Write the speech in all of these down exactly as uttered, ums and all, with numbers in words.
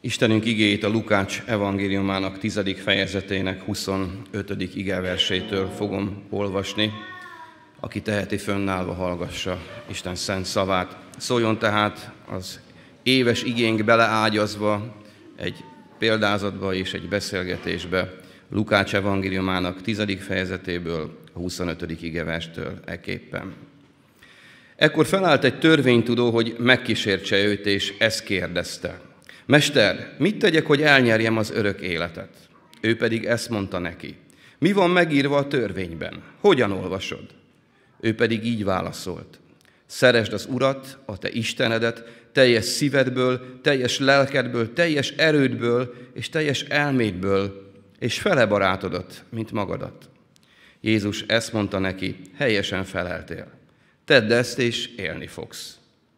Istenünk igéjét a Lukács evangéliumának tizedik fejezetének huszonötödik igeversétől fogom olvasni. Aki teheti, fönnállva hallgassa Isten szent szavát. Szóljon tehát az éves igénk beleágyazva egy példázatba és egy beszélgetésbe Lukács evangéliumának tizedik fejezetéből, a huszonötödik igeverstől ekképpen. Ekkor felállt egy törvénytudó, hogy megkísértse őt, és ezt kérdezte: Mester, mit tegyek, hogy elnyerjem az örök életet? Ő pedig ezt mondta neki: mi van megírva a törvényben? Hogyan olvasod? Ő pedig így válaszolt: szeresd az Urat, a te Istenedet, teljes szívedből, teljes lelkedből, teljes erődből és teljes elmédből, és fele barátodat, mint magadat. Jézus ezt mondta neki: helyesen feleltél. Tedd ezt, és élni fogsz.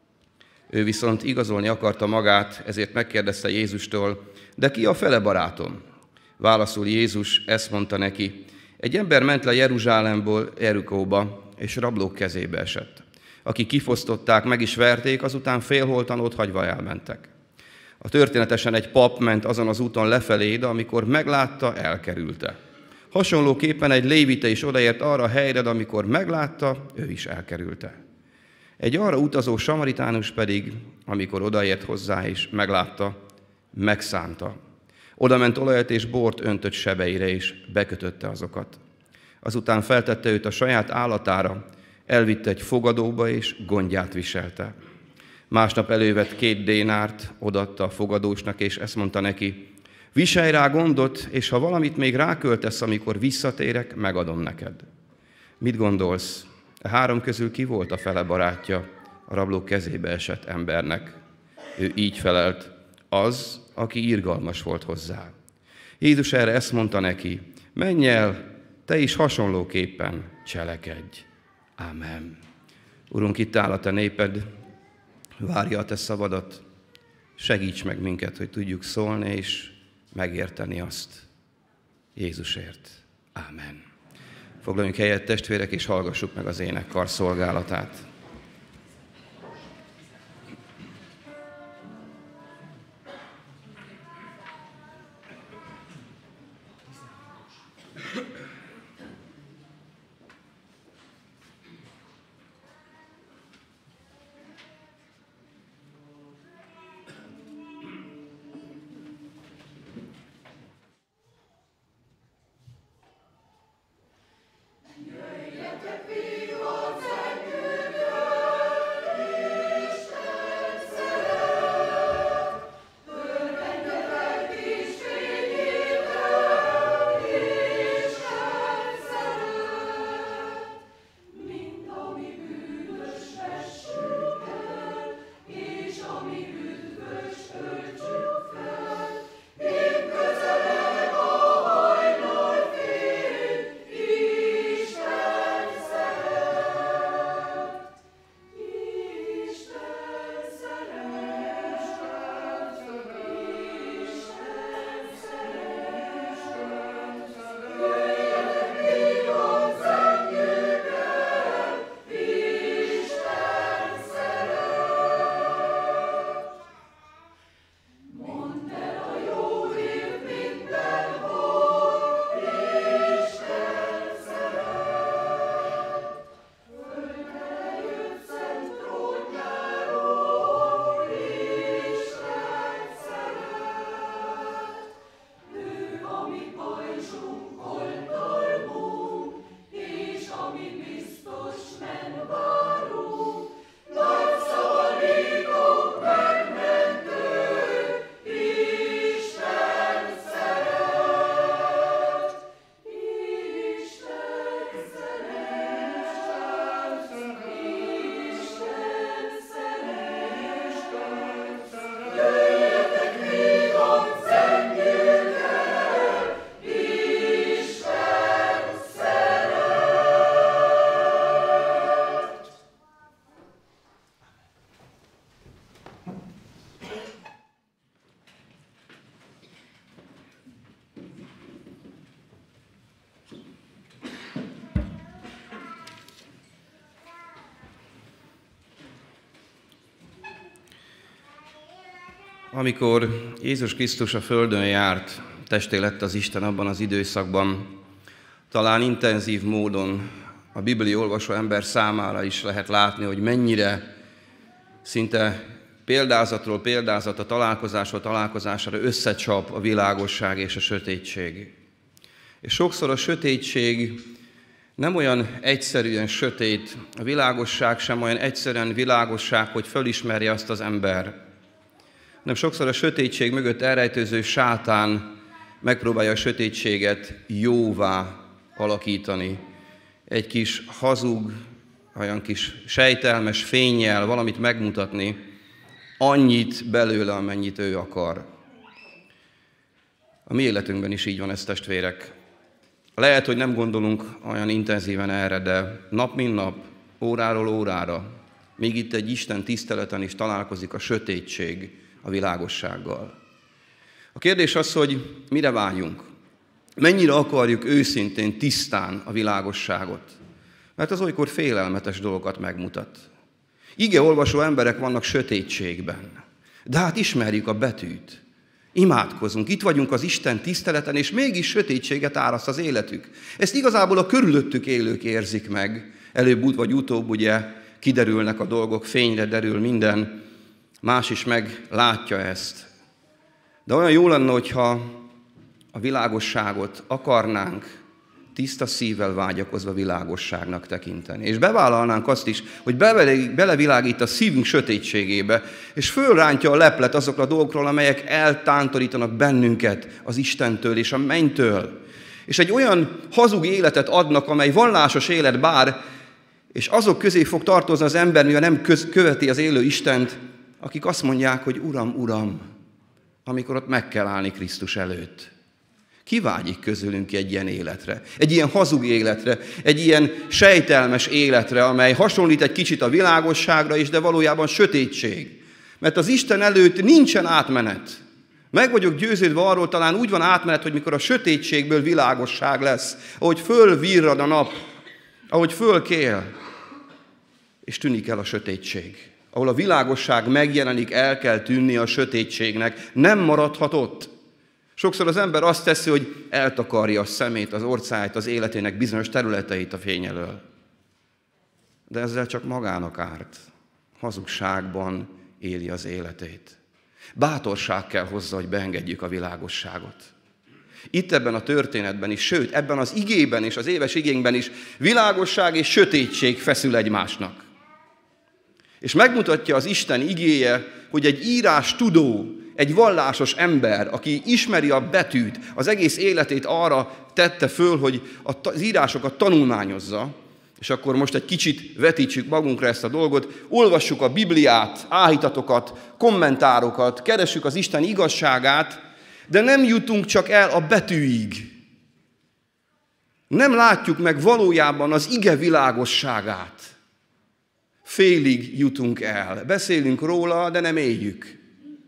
Ő viszont igazolni akarta magát, ezért megkérdezte Jézustól: de ki a fele barátom? Válaszul Jézus ezt mondta neki: egy ember ment le Jeruzsálemből Jerikóba, és rablók kezébe esett. Akik kifosztották, meg is verték, azután félholtan ott hagyva elmentek. A történetesen egy pap ment azon az úton lefelé, de amikor meglátta, elkerülte. Hasonlóképpen egy lévite is odaért arra a helyre, de amikor meglátta, ő is elkerülte. Egy arra utazó samaritánus pedig, amikor odaért hozzá és meglátta, megszánta. Oda ment olajat és bort öntött sebeire, és bekötötte azokat. Azután feltette őt a saját állatára, elvitte egy fogadóba, és gondját viselte. Másnap elővett két dénárt, odaadta a fogadósnak, és ezt mondta neki: viselj rá gondot, és ha valamit még ráköltesz, amikor visszatérek, megadom neked. Mit gondolsz? A három közül ki volt a fele barátja a rablók kezébe esett embernek? Ő így felelt: az, aki irgalmas volt hozzá. Jézus erre ezt mondta neki: menj el, te is hasonlóképpen cselekedj. Ámen. Urunk, itt áll a te néped, várja a te szavadat, segíts meg minket, hogy tudjuk szólni és megérteni azt Jézusért. Ámen. Foglaljunk helyet, testvérek, és hallgassuk meg az énekkar szolgálatát. Amikor Jézus Krisztus a földön járt, testé lett az Isten abban az időszakban, talán intenzív módon a biblia olvasó ember számára is lehet látni, hogy mennyire szinte példázatról példázatra, találkozásról találkozásra összecsap a világosság és a sötétség. És sokszor a sötétség nem olyan egyszerűen sötét, a világosság sem olyan egyszerűen világosság, hogy fölismerje azt az ember. Nem sokszor a sötétség mögött elrejtőző sátán megpróbálja a sötétséget jóvá alakítani. Egy kis hazug, olyan kis sejtelmes fénnyel valamit megmutatni, annyit belőle, amennyit ő akar. A mi életünkben is így van ez, testvérek. Lehet, hogy nem gondolunk olyan intenzíven erre, de nap mint nap, óráról órára, még itt egy Isten tiszteleten is találkozik a sötétség a világossággal. A kérdés az, hogy mire vágyunk? Mennyire akarjuk őszintén, tisztán a világosságot? Mert az olykor félelmetes dolgokat megmutat. Ige olvasó emberek vannak sötétségben, de hát ismerjük a betűt. Imádkozunk, itt vagyunk az Isten tiszteleten, és mégis sötétséget áraszt az életük. Ezt igazából a körülöttük élők érzik meg. Előbb vagy utóbb ugye kiderülnek a dolgok, fényre derül minden, más is meglátja ezt. De olyan jó lenne, hogyha a világosságot akarnánk tiszta szívvel vágyakozva világosságnak tekinteni. És bevállalnánk azt is, hogy belevilágít a szívünk sötétségébe, és fölrántja a leplet azokra a dolgokról, amelyek eltántorítanak bennünket az Istentől és a mennytől. És egy olyan hazug életet adnak, amely vallásos élet bár, és azok közé fog tartozni az ember, mivel nem köz, követi az élő Istent, akik azt mondják, hogy Uram, Uram, amikor ott meg kell állni Krisztus előtt. Ki vágyik közülünk egy ilyen életre? Egy ilyen hazug életre, egy ilyen sejtelmes életre, amely hasonlít egy kicsit a világosságra is, de valójában sötétség. Mert az Isten előtt nincsen átmenet. Meg vagyok győződve arról, talán úgy van átmenet, hogy mikor a sötétségből világosság lesz, ahogy fölvirrad a nap, ahogy fölkél, és tűnik el a sötétség. Ahol a világosság megjelenik, el kell tűnni a sötétségnek, nem maradhat ott. Sokszor az ember azt teszi, hogy eltakarja a szemét, az orcáját, az életének bizonyos területeit a fény elől. De ezzel csak magának árt. Hazugságban éli az életét. Bátorság kell hozzá, hogy beengedjük a világosságot. Itt ebben a történetben is, sőt, ebben az igében és az éves igénkben is világosság és sötétség feszül egymásnak. És megmutatja az Isten igéje, hogy egy írás tudó, egy vallásos ember, aki ismeri a betűt, az egész életét arra tette föl, hogy az írásokat tanulmányozza, és akkor most egy kicsit vetítsük magunkra ezt a dolgot, olvassuk a Bibliát, áhítatokat, kommentárokat, keressük az Isten igazságát, de nem jutunk csak el a betűig. Nem látjuk meg valójában az ige világosságát. Félig jutunk el. Beszélünk róla, de nem éljük.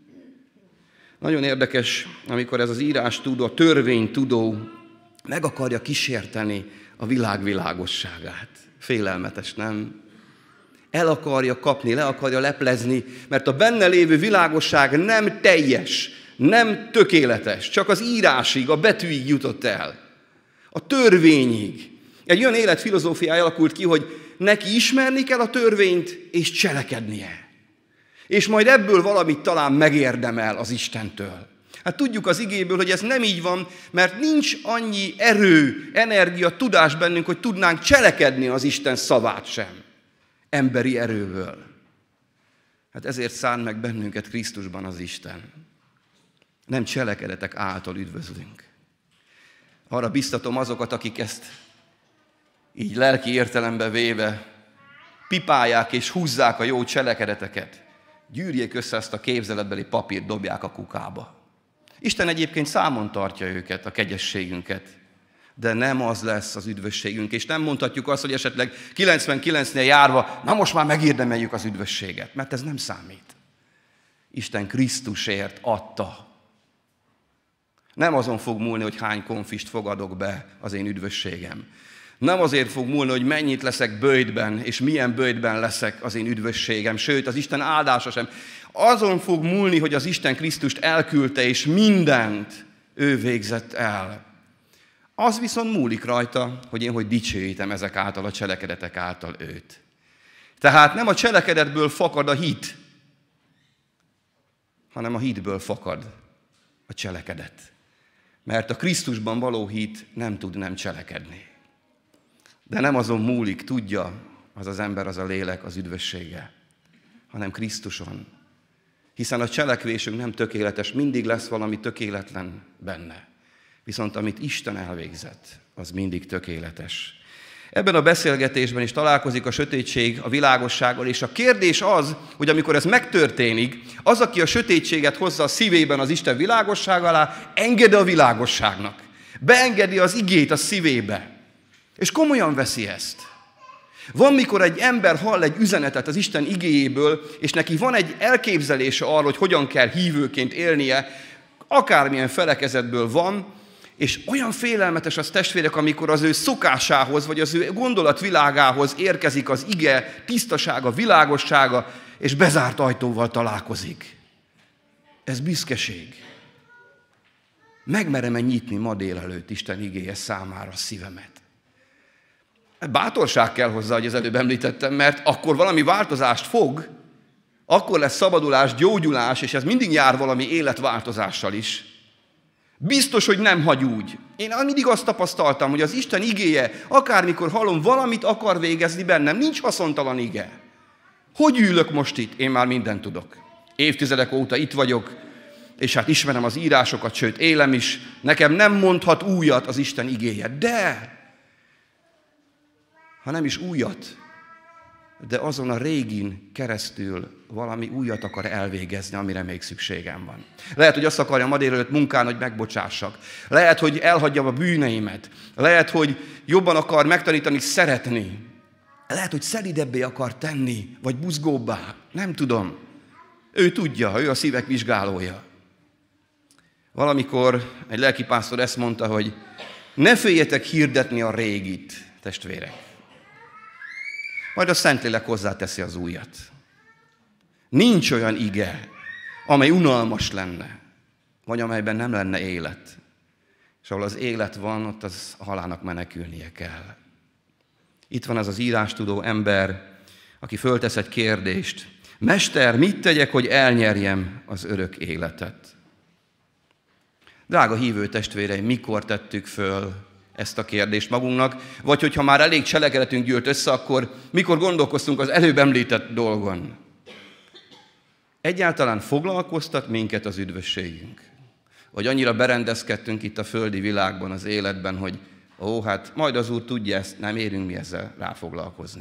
Nagyon érdekes, amikor ez az írástudó, a törvénytudó meg akarja kísérteni a világ világosságát. Félelmetes, nem? El akarja kapni, le akarja leplezni, mert a benne lévő világosság nem teljes, nem tökéletes, csak az írásig, a betűig jutott el. A törvényig. Egy olyan életfilozófiája alakult ki, hogy neki ismerni kell a törvényt, és cselekednie. És majd ebből valamit talán megérdemel az Istentől. Hát tudjuk az igéből, hogy ez nem így van, mert nincs annyi erő, energia, tudás bennünk, hogy tudnánk cselekedni az Isten szavát sem. Emberi erőből. Hát ezért szán meg bennünket Krisztusban az Isten. Nem cselekedetek által üdvözlünk. Arra biztatom azokat, akik ezt így lelki értelembe véve pipálják és húzzák a jó cselekedeteket. Gyűrjék össze ezt a képzeletbeli papírt, dobják a kukába. Isten egyébként számon tartja őket, a kegyességünket, de nem az lesz az üdvösségünk, és nem mondhatjuk azt, hogy esetleg kilencvenkilencnél járva, na most már megérdemeljük az üdvösséget, mert ez nem számít. Isten Krisztusért adta. Nem azon fog múlni, hogy hány konfist fogadok be az én üdvösségem. Nem azért fog múlni, hogy mennyit leszek böjtben, és milyen böjtben leszek az én üdvösségem, sőt, az Isten áldása sem. Azon fog múlni, hogy az Isten Krisztust elküldte, és mindent ő végzett el. Az viszont múlik rajta, hogy én hogy dicsőítem ezek által, a cselekedetek által őt. Tehát nem a cselekedetből fakad a hit, hanem a hitből fakad a cselekedet. Mert a Krisztusban való hit nem tud nem cselekedni. De nem azon múlik, tudja az az ember, az a lélek, az üdvössége, hanem Krisztuson. Hiszen a cselekvésünk nem tökéletes, mindig lesz valami tökéletlen benne. Viszont amit Isten elvégzett, az mindig tökéletes. Ebben a beszélgetésben is találkozik a sötétség a világossággal, és a kérdés az, hogy amikor ez megtörténik, az, aki a sötétséget hozza a szívében az Isten világosság alá, engedi a világosságnak. Beengedi az igét a szívébe. És komolyan veszi ezt. Van, mikor egy ember hall egy üzenetet az Isten igéjéből, és neki van egy elképzelése arról, hogy hogyan kell hívőként élnie, akármilyen felekezetből van, és olyan félelmetes az, testvérek, amikor az ő szokásához, vagy az ő gondolatvilágához érkezik az ige, tisztasága, világossága, és bezárt ajtóval találkozik. Ez büszkeség. Megmerem-e nyitni ma délelőtt Isten igéje számára a szívemet? Bátorság kell hozzá, hogy az előbb említettem, mert akkor valami változást fog, akkor lesz szabadulás, gyógyulás, és ez mindig jár valami életváltozással is. Biztos, hogy nem hagy úgy. Én mindig azt tapasztaltam, hogy az Isten igéje, akármikor hallom, valamit akar végezni bennem, nincs haszontalan ige. Hogy ülök most itt? Én már mindent tudok. Évtizedek óta itt vagyok, és hát ismerem az írásokat, sőt élem is. Nekem nem mondhat újat az Isten igéje, de ha nem is újat, de azon a régin keresztül valami újat akar elvégezni, amire még szükségem van. Lehet, hogy azt akarja ma délelőtt munkán, hogy megbocsássak. Lehet, hogy elhagyjam a bűneimet. Lehet, hogy jobban akar megtanítani szeretni. Lehet, hogy szelidebbé akar tenni, vagy buzgóbbá. Nem tudom. Ő tudja, ő a szívek vizsgálója. Valamikor egy lelkipásztor ezt mondta, hogy ne féljetek hirdetni a régit, testvérek. Majd a Szentlélek hozzáteszi az újat. Nincs olyan ige, amely unalmas lenne, vagy amelyben nem lenne élet. És ahol az élet van, ott az halálnak menekülnie kell. Itt van az az írástudó ember, aki föltesz egy kérdést. Mester, mit tegyek, hogy elnyerjem az örök életet? Drága hívő testvéreim, mikor tettük föl ezt a kérdést magunknak, vagy hogyha már elég cselekedetünk gyűlt össze, akkor mikor gondolkoztunk az előbb említett dolgon? Egyáltalán foglalkoztat minket az üdvösségünk? Vagy annyira berendezkedtünk itt a földi világban, az életben, hogy ó, hát majd az Úr tudja ezt, nem érünk mi ezzel ráfoglalkozni.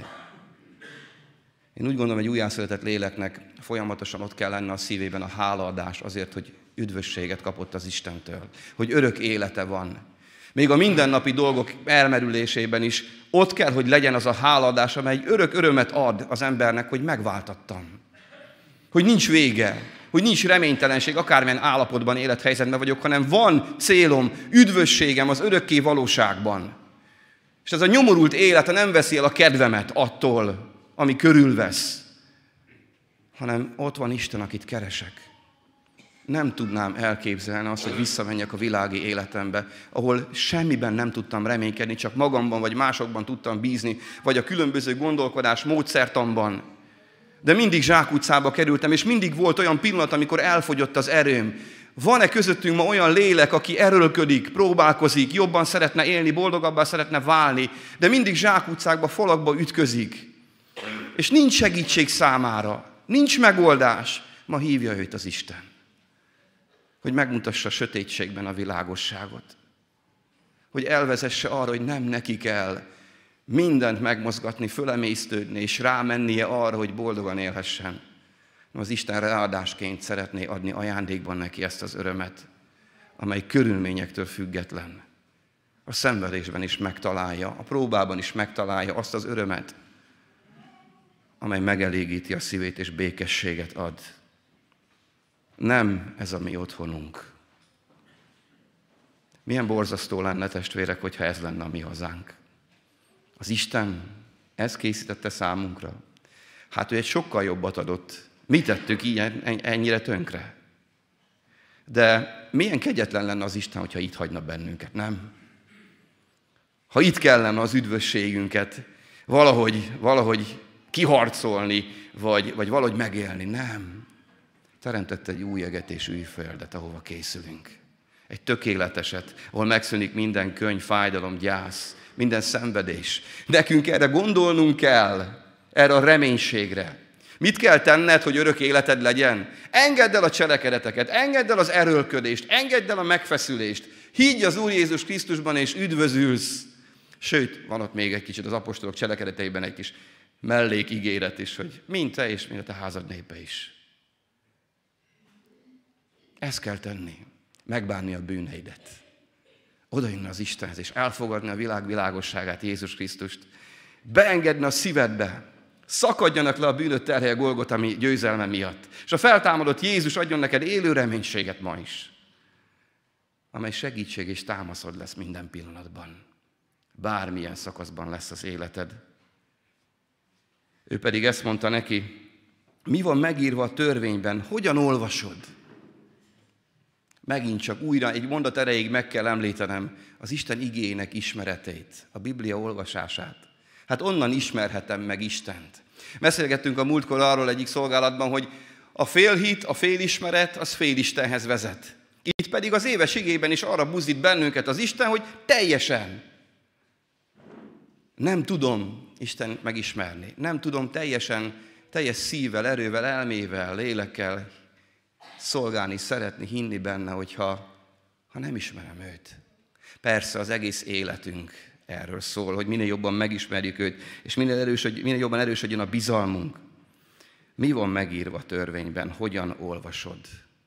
Én úgy gondolom, egy újjászületett léleknek folyamatosan ott kell lenne a szívében a hálaadás azért, hogy üdvösséget kapott az Istentől, hogy örök élete van. Még a mindennapi dolgok elmerülésében is ott kell, hogy legyen az a hálaadás, amely örök örömet ad az embernek, hogy megváltattam. Hogy nincs vége, hogy nincs reménytelenség, akármilyen állapotban, élethelyzetben vagyok, hanem van célom, üdvösségem az örökké valóságban. És ez a nyomorult élete nem veszi el a kedvemet attól, ami körülvesz, hanem ott van Isten, akit keresek. Nem tudnám elképzelni azt, hogy visszamenjek a világi életembe, ahol semmiben nem tudtam reménykedni, csak magamban vagy másokban tudtam bízni, vagy a különböző gondolkodás módszertamban. De mindig zsákutcába kerültem, és mindig volt olyan pillanat, amikor elfogyott az erőm. Van-e közöttünk ma olyan lélek, aki erőlködik, próbálkozik, jobban szeretne élni, boldogabbá szeretne válni, de mindig zsákutcákba, falakba ütközik. És nincs segítség számára, nincs megoldás. Ma hívja őt az Isten, hogy megmutassa a sötétségben a világosságot. Hogy elvezesse arra, hogy nem neki kell mindent megmozgatni, fölemésztődni, és rámennie arra, hogy boldogan élhessen. Az Isten ráadásként szeretné adni ajándékban neki ezt az örömet, amely körülményektől független. A szenvedésben is megtalálja, a próbában is megtalálja azt az örömet, amely megelégíti a szívét és békességet ad. Nem ez a mi otthonunk. Milyen borzasztó lenne, testvérek, hogyha ez lenne a mi hazánk. Az Isten ezt készítette számunkra. Hát ő egy sokkal jobbat adott. Mi tettük ilyen, ennyire tönkre? De milyen kegyetlen lenne az Isten, hogyha itt hagyna bennünket, nem? Ha itt kellene az üdvösségünket valahogy, valahogy kiharcolni, vagy, vagy valahogy megélni, nem. Teremtett egy új eget és új földet, ahova készülünk. Egy tökéleteset, ahol megszűnik minden könyv, fájdalom, gyász, minden szenvedés. Nekünk erre gondolnunk kell, erre a reménységre. Mit kell tenned, hogy örök életed legyen? Engedd el a cselekedeteket, engedd el az erőlködést, engedd el a megfeszülést. Higgy az Úr Jézus Krisztusban, és üdvözülsz. Sőt, van ott még egy kicsit az apostolok cselekedeteiben egy kis mellékígéret is, hogy mind te és mind a te házad népe is. Ezt kell tenni, megbánni a bűneidet. Odainni az Istenhez, és elfogadni a világ világosságát, Jézus Krisztust. Beengedni a szívedbe, szakadjanak le a bűnöt terhelye Golgota győzelme miatt. És a feltámadott Jézus adjon neked élő reménységet ma is, amely segítség és támaszod lesz minden pillanatban. Bármilyen szakaszban lesz az életed. Ő pedig ezt mondta neki, mi van megírva a törvényben, hogyan olvasod? Megint csak újra egy mondat erejéig meg kell említenem az Isten igéjének ismeretét, a Biblia olvasását. Hát onnan ismerhetem meg Istent. Beszélgettünk a múltkor arról egyik szolgálatban, hogy a félhit, a félismeret, az félistenhez vezet. Itt pedig az éves igében is arra buzdít bennünket az Isten, hogy teljesen nem tudom Isten megismerni. Nem tudom teljesen, teljes szívvel, erővel, elmével, lélekkel szolgálni, szeretni, hinni benne, hogyha ha nem ismerem őt. Persze az egész életünk erről szól, hogy minél jobban megismerjük őt, és minél, erősödj, minél jobban erősödjön a bizalmunk. Mi van megírva a törvényben? Hogyan olvasod?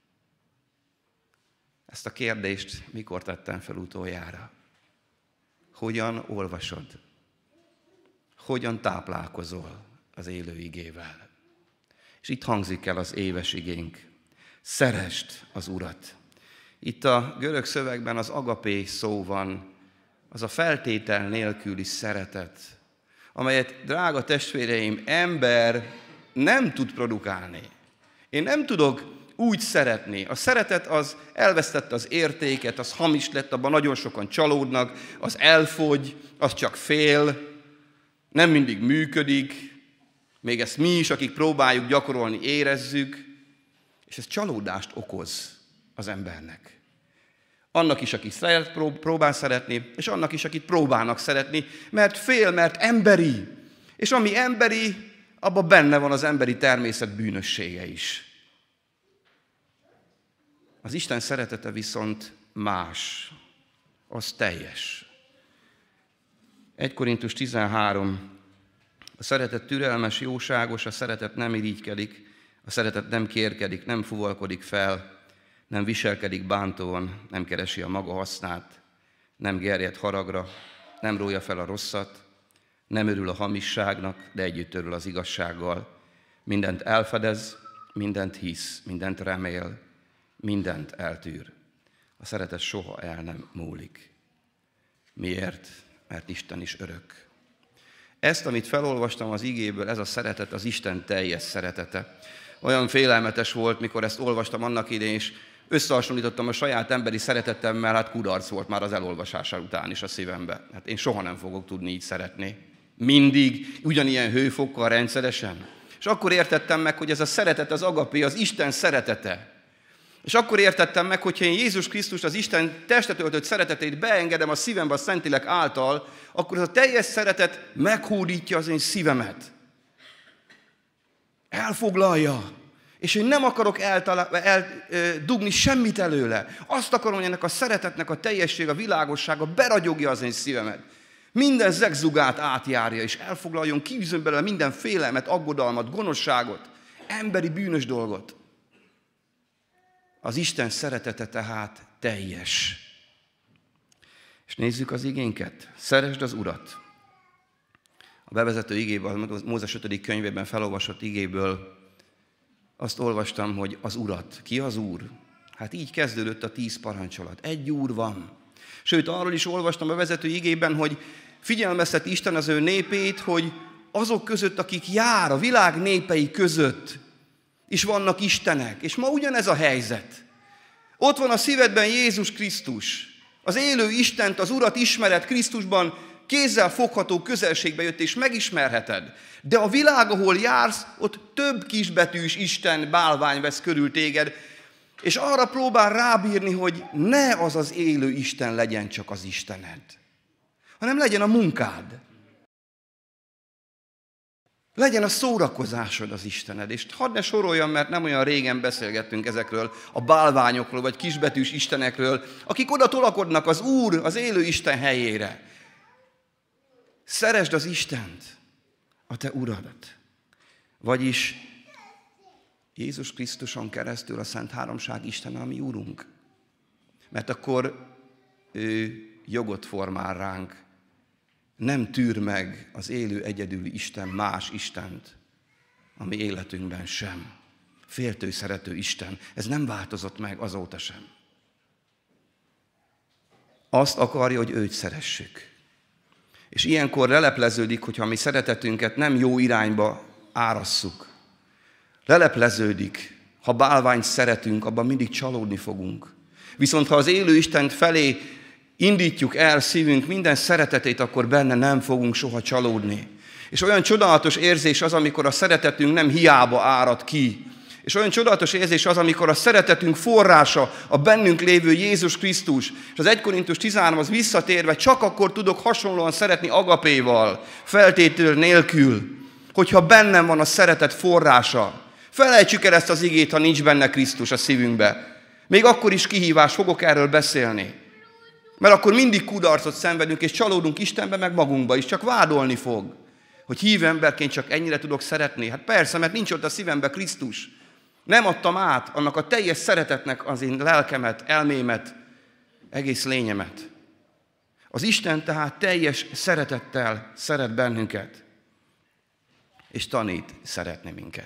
Ezt a kérdést mikor tettem fel utoljára? Hogyan olvasod? Hogyan táplálkozol az élő igével? És itt hangzik el az éves igénk. Szeresd az Urat. Itt a görög szövegben az agapé szó van, az a feltétel nélküli szeretet, amelyet, drága testvéreim, ember nem tud produkálni. Én nem tudok úgy szeretni. A szeretet az elvesztette az értéket, az hamis lett, abban nagyon sokan csalódnak, az elfogy, az csak fél, nem mindig működik, még ezt mi is, akik próbáljuk gyakorolni, érezzük, és ez csalódást okoz az embernek. Annak is, aki szeret, próbál szeretni, és annak is, akit próbálnak szeretni, mert fél, mert emberi. És ami emberi, abban benne van az emberi természet bűnössége is. Az Isten szeretete viszont más, az teljes. egy Korintus tizenhárom. A szeretet türelmes, jóságos, a szeretet nem irigykedik, a szeretet nem kérkedik, nem fuvalkodik fel, nem viselkedik bántóan, nem keresi a maga hasznát, nem gerjed haragra, nem rója fel a rosszat, nem örül a hamisságnak, de együtt örül az igazsággal. Mindent elfedez, mindent hisz, mindent remél, mindent eltűr. A szeretet soha el nem múlik. Miért? Mert Isten is örök. Ezt, amit felolvastam az igéből, ez a szeretet, az Isten teljes szeretete. Olyan félelmetes volt, mikor ezt olvastam annak idején, és összehasonlítottam a saját emberi szeretetemmel, hát kudarc volt már az elolvasása után is a szívembe. Hát én soha nem fogok tudni így szeretni. Mindig, ugyanilyen hőfokkal rendszeresen. És akkor értettem meg, hogy ez a szeretet, az agapé, az Isten szeretete. És akkor értettem meg, hogyha én Jézus Krisztus, az Isten testet öltött szeretetét beengedem a szívembe a Szentlélek által, akkor az a teljes szeretet meghódítja az én szívemet. Elfoglalja. És én nem akarok eldugni semmit előle. Azt akarom, hogy ennek a szeretetnek a teljesség, a világossága beragyogja az én szívemet. Minden zegzugát átjárja, és elfoglaljon, kiűzön belőle minden félelmet, aggodalmat, gonoszságot, emberi bűnös dolgot. Az Isten szeretete tehát teljes. És nézzük az igénket. Szeresd az Urat. A bevezető igéből, a Mózes ötödik könyvében felolvasott igéből azt olvastam, hogy az Urat. Ki az Úr? Hát így kezdődött a tíz parancsolat. Egy Úr van. Sőt, arról is olvastam a vezető igében, hogy figyelmezteti Isten az ő népét, hogy azok között, akik jár, a világ népei között is vannak istenek. És ma ugyanez a helyzet. Ott van a szívedben Jézus Krisztus. Az élő Istent, az Urat ismered Krisztusban, kézzel fogható közelségbe jött, és megismerheted. De a világ, ahol jársz, ott több kisbetűs Isten bálvány vesz körül téged, és arra próbál rábírni, hogy ne az az élő Isten legyen csak az Istened, hanem legyen a munkád. Legyen a szórakozásod az Istened. És hadd ne soroljam, mert nem olyan régen beszélgettünk ezekről a bálványokról, vagy kisbetűs istenekről, akik oda tolakodnak az Úr, az élő Isten helyére. Szeresd az Istent, a te Uradat. Vagyis Jézus Krisztuson keresztül a Szent Háromság Isten, a mi Úrunk. Mert akkor ő jogot formál ránk. Nem tűr meg az élő egyedüli Isten más Istent, a mi életünkben sem. Féltő, szerető Isten. Ez nem változott meg azóta sem. Azt akarja, hogy őt szeressük. És ilyenkor lelepleződik, hogyha mi szeretetünket nem jó irányba árasszuk. Lelepleződik, ha bálványt szeretünk, abban mindig csalódni fogunk. Viszont ha az élő Istent felé indítjuk el szívünk minden szeretetét, akkor benne nem fogunk soha csalódni. És olyan csodálatos érzés az, amikor a szeretetünk nem hiába árad ki. És olyan csodálatos érzés az, amikor a szeretetünk forrása a bennünk lévő Jézus Krisztus. És az Egy Korintus tizenhárom az visszatérve, csak akkor tudok hasonlóan szeretni agapéval, feltétel nélkül, hogyha bennem van a szeretet forrása. Felejtsük el ezt az igét, ha nincs benne Krisztus a szívünkbe. Még akkor is kihívás, fogok erről beszélni. Mert akkor mindig kudarcot szenvedünk, és csalódunk Istenbe, meg magunkba is, csak vádolni fog. Hogy hívő emberként csak ennyire tudok szeretni. Hát persze, mert nincs ott a szívembe Krisztus. Nem adtam át annak a teljes szeretetnek az én lelkemet, elmémet, egész lényemet. Az Isten tehát teljes szeretettel szeret bennünket, és tanít szeretni minket.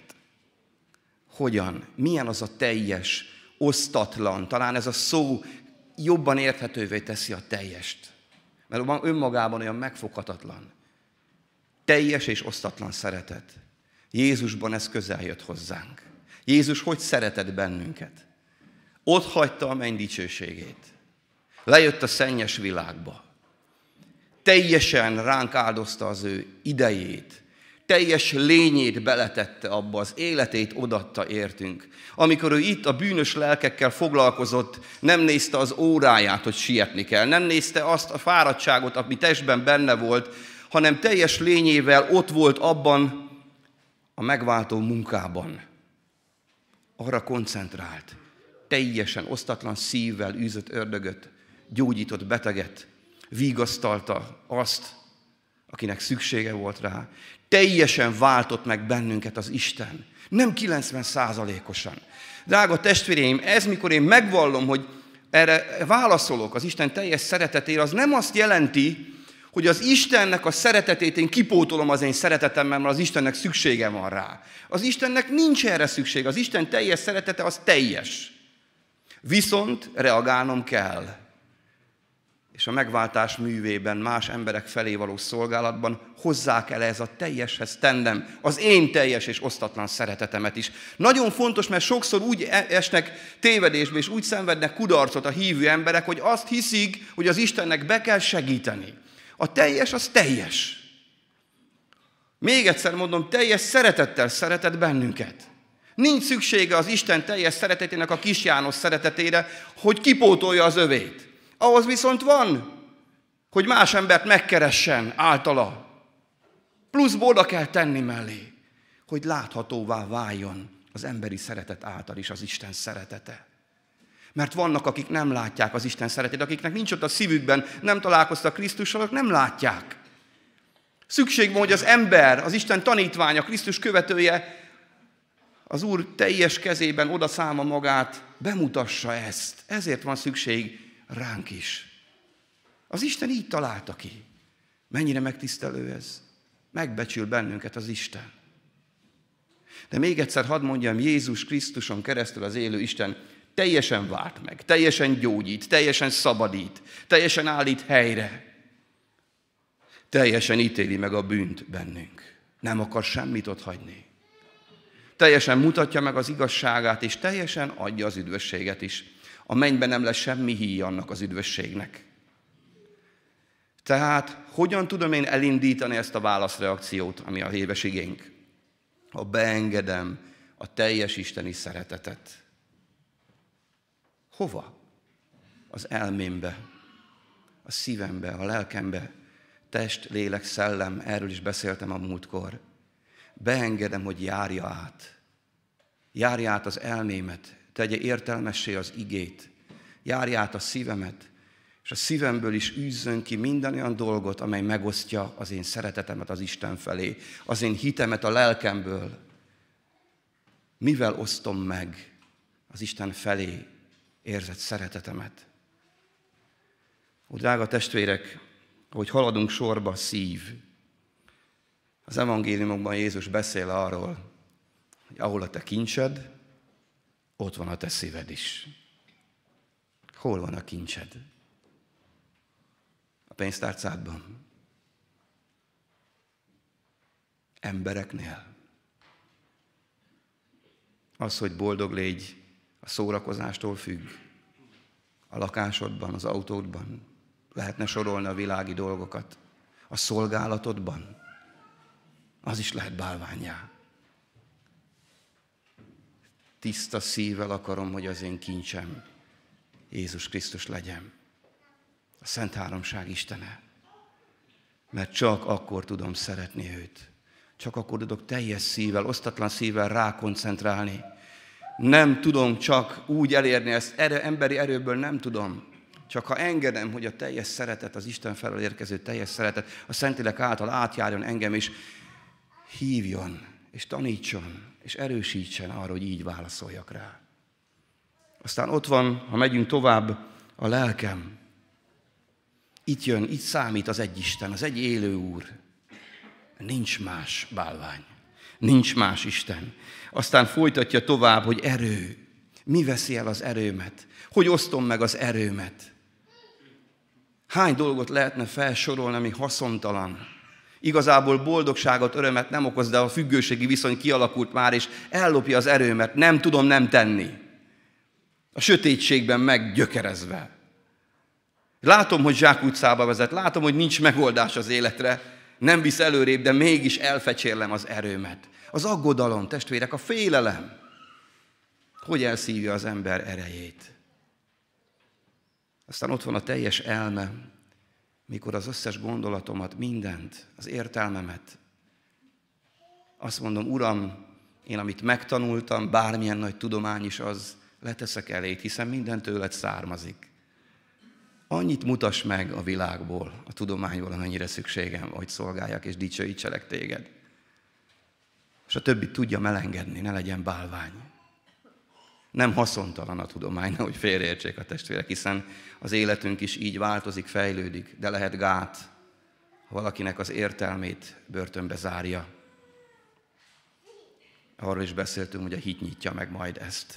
Hogyan? Milyen az a teljes, osztatlan, talán ez a szó jobban érthetővé teszi a teljest. Mert önmagában olyan megfoghatatlan. Teljes és osztatlan szeretet. Jézusban ez közel jött hozzánk. Jézus hogy szeretett bennünket? Ott hagyta a menny dicsőségét. Lejött a szennyes világba. Teljesen ránk áldozta az ő idejét. Teljes lényét beletette abba, az életét odatta értünk. Amikor ő itt a bűnös lelkekkel foglalkozott, nem nézte az óráját, hogy sietni kell. Nem nézte azt a fáradtságot, ami testben benne volt, hanem teljes lényével ott volt abban a megváltó munkában. Arra koncentrált, teljesen osztatlan szívvel űzött ördögöt, gyógyított beteget, vigasztalta azt, akinek szüksége volt rá. Teljesen váltott meg bennünket az Isten. Nem kilencven százalékosan. Drága testvéreim, ez mikor én megvallom, hogy erre válaszolok az Isten teljes szeretetére, az nem azt jelenti, hogy az Istennek a szeretetét én kipótolom az én szeretetemmel, mert az Istennek szüksége van rá. Az Istennek nincs erre szükség. Az Isten teljes szeretete az teljes. Viszont reagálnom kell. És a megváltás művében, más emberek felé való szolgálatban hozzá kell ez a teljeshez tennem, az én teljes és osztatlan szeretetemet is. Nagyon fontos, mert sokszor úgy esnek tévedésbe, és úgy szenvednek kudarcot a hívő emberek, hogy azt hiszik, hogy az Istennek be kell segíteni. A teljes az teljes. Még egyszer mondom, teljes szeretettel szeretett bennünket. Nincs szüksége az Isten teljes szeretetének a Kis János szeretetére, hogy kipótolja az övét. Ahhoz viszont van, hogy más embert megkeressen általa. Pluszból oda kell tenni mellé, hogy láthatóvá váljon az emberi szeretet által is az Isten szeretete. Mert vannak, akik nem látják az Isten szeretetét, akiknek nincs ott a szívükben, nem találkoztak Krisztussal, azok nem látják. Szükség van, hogy az ember, az Isten tanítványa, Krisztus követője, az Úr teljes kezében odaszállva magát, bemutassa ezt. Ezért van szükség ránk is. Az Isten így találta ki. Mennyire megtisztelő ez? Megbecsül bennünket az Isten. De még egyszer hadd mondjam, Jézus Krisztuson keresztül az élő Isten teljesen vált meg, teljesen gyógyít, teljesen szabadít, teljesen állít helyre. Teljesen ítéli meg a bűnt bennünk. Nem akar semmit ott hagyni. Teljesen mutatja meg az igazságát, és teljesen adja az üdvösséget is. A mennyben nem lesz semmi híj annak az üdvösségnek. Tehát hogyan tudom én elindítani ezt a válaszreakciót, ami a héves igénk? Ha beengedem a teljes isteni szeretetet. Hova? Az elmémbe, a szívembe, a lelkembe, test, lélek, szellem, erről is beszéltem a múltkor. Beengedem, hogy járja át. Járja át az elmémet, tegye értelmessé az igét. Járja át a szívemet, és a szívemből is űzzön ki minden olyan dolgot, amely megosztja az én szeretetemet az Isten felé, az én hitemet a lelkemből. Mivel osztom meg az Isten felé érzett szeretetemet? Ó, drága testvérek, ahogy haladunk sorba, szív. Az evangéliumokban Jézus beszél arról, hogy ahol a te kincsed, ott van a te szíved is. Hol van a kincsed? A pénztárcádban? Embereknél? Az, hogy boldog légy, a szórakozástól függ. A lakásodban, az autódban. Lehetne sorolni a világi dolgokat. A szolgálatodban. Az is lehet bálvánnyá. Tiszta szívvel akarom, hogy az én kincsem Jézus Krisztus legyen. A Szent Háromság Istene. Mert csak akkor tudom szeretni őt. Csak akkor tudok teljes szívvel, osztatlan szívvel rákoncentrálni. Nem tudom csak úgy elérni ezt, erő, emberi erőből nem tudom. Csak ha engedem, hogy a teljes szeretet, az Isten felől érkező teljes szeretet, a Szentlélek által átjárjon engem, és hívjon, és tanítson, és erősítsen arra, hogy így válaszoljak rá. Aztán ott van, ha megyünk tovább, a lelkem. Itt jön, itt számít az egy Isten, az egy élő Úr. Nincs más bálvány, nincs más Isten. Aztán folytatja tovább, hogy erő. Mi veszi el az erőmet? Hogy osztom meg az erőmet? Hány dolgot lehetne felsorolni, ami haszontalan? Igazából boldogságot, örömet nem okoz, de a függőségi viszony kialakult már, és ellopja az erőmet. Nem tudom nem tenni. A sötétségben meggyökerezve. Látom, hogy zsákutcába vezet, látom, hogy nincs megoldás az életre, nem visz előrébb, de mégis elfecsérlem az erőmet. Az aggodalom, testvérek, a félelem. Hogy elszívja az ember erejét? Aztán ott van a teljes elme, mikor az összes gondolatomat, mindent, az értelmemet, azt mondom, Uram, én amit megtanultam, bármilyen nagy tudomány is az, leteszek eléd, hiszen minden tőled származik. Annyit mutass meg a világból, a tudományból, amennyire szükségem, hogy szolgáljak és dicsőítselek téged. És a többit tudja melengedni, ne legyen bálvány. Nem haszontalan a tudomány, nehogy félreértsék a testvérek, hiszen az életünk is így változik, fejlődik, de lehet gát, ha valakinek az értelmét börtönbe zárja. Arról is beszéltünk, hogy a hit nyitja meg majd ezt.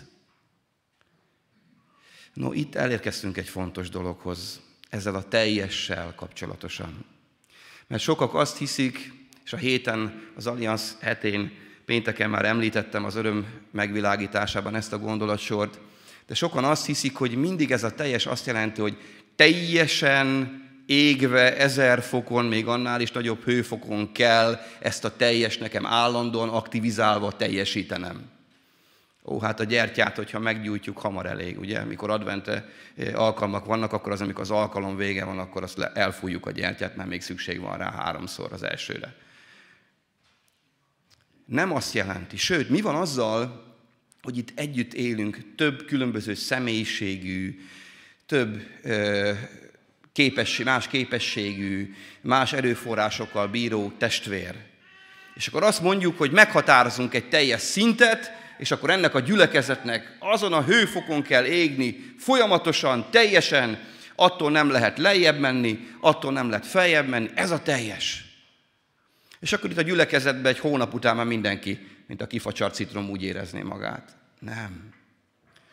No, itt elérkeztünk egy fontos dologhoz, ezzel a teljessel kapcsolatosan. Mert sokak azt hiszik, és a héten, az Allianz hetén, pénteken már említettem az öröm megvilágításában ezt a gondolatsort, de sokan azt hiszik, hogy mindig ez a teljes azt jelenti, hogy teljesen égve, ezer fokon, még annál is nagyobb hőfokon kell ezt a teljes nekem állandóan aktivizálva teljesítenem. Ó, hát a gyertyát, hogyha meggyújtjuk, hamar elég, ugye? Mikor advente alkalmak vannak, akkor az, amikor az alkalom vége van, akkor azt elfújjuk a gyertyát, mert még szükség van rá háromszor az elsőre. Nem azt jelenti. Sőt, mi van azzal, hogy itt együtt élünk több különböző személyiségű, több ö, képesség, más képességű, más erőforrásokkal bíró testvér. És akkor azt mondjuk, hogy meghatározunk egy teljes szintet, és akkor ennek a gyülekezetnek azon a hőfokon kell égni, folyamatosan, teljesen, attól nem lehet lejjebb menni, attól nem lehet feljebb menni, ez a teljes. És akkor itt a gyülekezetben egy hónap után már mindenki, mint a kifacsart citrom, úgy érezné magát. Nem.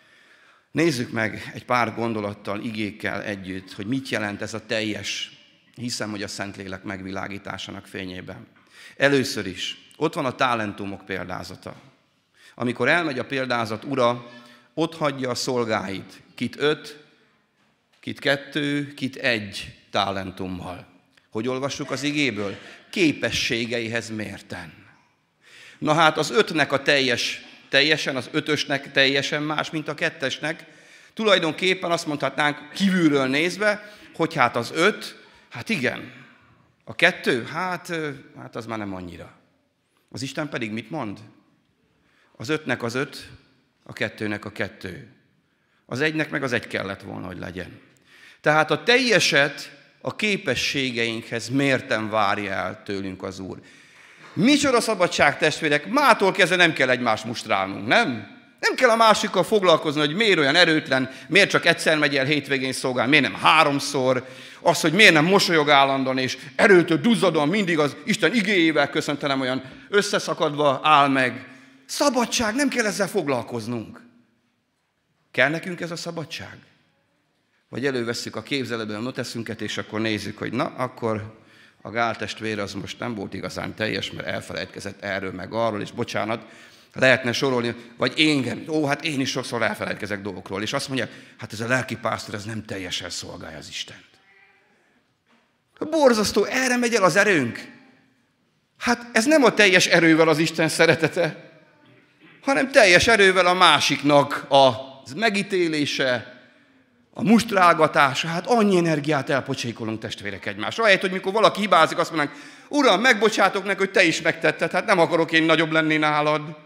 Nézzük meg egy pár gondolattal, igékkel együtt, hogy mit jelent ez a teljes. Hiszem, hogy a Szentlélek megvilágításának fényében. Először is, ott van a talentumok példázata. Amikor elmegy a példázat ura, ott hagyja a szolgáit, kit öt, kit kettő, kit egy talentummal. Hogy olvassuk az igéből? Képességeihez mérten. Na hát az ötnek a teljes, teljesen, az ötösnek teljesen más, mint a kettesnek. Tulajdonképpen azt mondhatnánk kívülről nézve, hogy hát az öt, hát igen, a kettő, hát, hát az már nem annyira. Az Isten pedig mit mond? Az ötnek az öt, a kettőnek a kettő. Az egynek meg az egy kellett volna, hogy legyen. Tehát a teljeset a képességeinkhez mérten várja el tőlünk az Úr. Micsoda szabadság, testvérek, mától kezdve nem kell egymást mustrálnunk, nem? Nem kell a másikkal foglalkozni, hogy miért olyan erőtlen, miért csak egyszer megy el hétvégén szolgálni, miért nem háromszor, az, hogy miért nem mosolyog állandóan, és erőtől duzzadóan mindig az Isten igéjével köszöntenem, olyan összeszakadva áll meg. Szabadság, nem kell ezzel foglalkoznunk. Kell nekünk ez a szabadság? Vagy elővesszük a képzelőből a noteszünket, és akkor nézzük, hogy na, akkor a Gál testvér az most nem volt igazán teljes, mert elfelejtkezett erről meg arról, és bocsánat, lehetne sorolni, vagy én, ó, hát én is sokszor elfelejtkezek dolgokról, és azt mondják, hát ez a lelkipásztor, ez nem teljesen szolgálja az Istent. Borzasztó, erre megy el az erőnk. Hát ez nem a teljes erővel az Isten szeretete, hanem teljes erővel a másiknak a megítélése, a mustrálgatása, hát annyi energiát elpocsékolunk, testvérek, egymásra. Ahelyett, hogy mikor valaki hibázik, azt mondanánk, Uram, megbocsátok neki, hogy te is megtetted, hát nem akarok én nagyobb lenni nálad.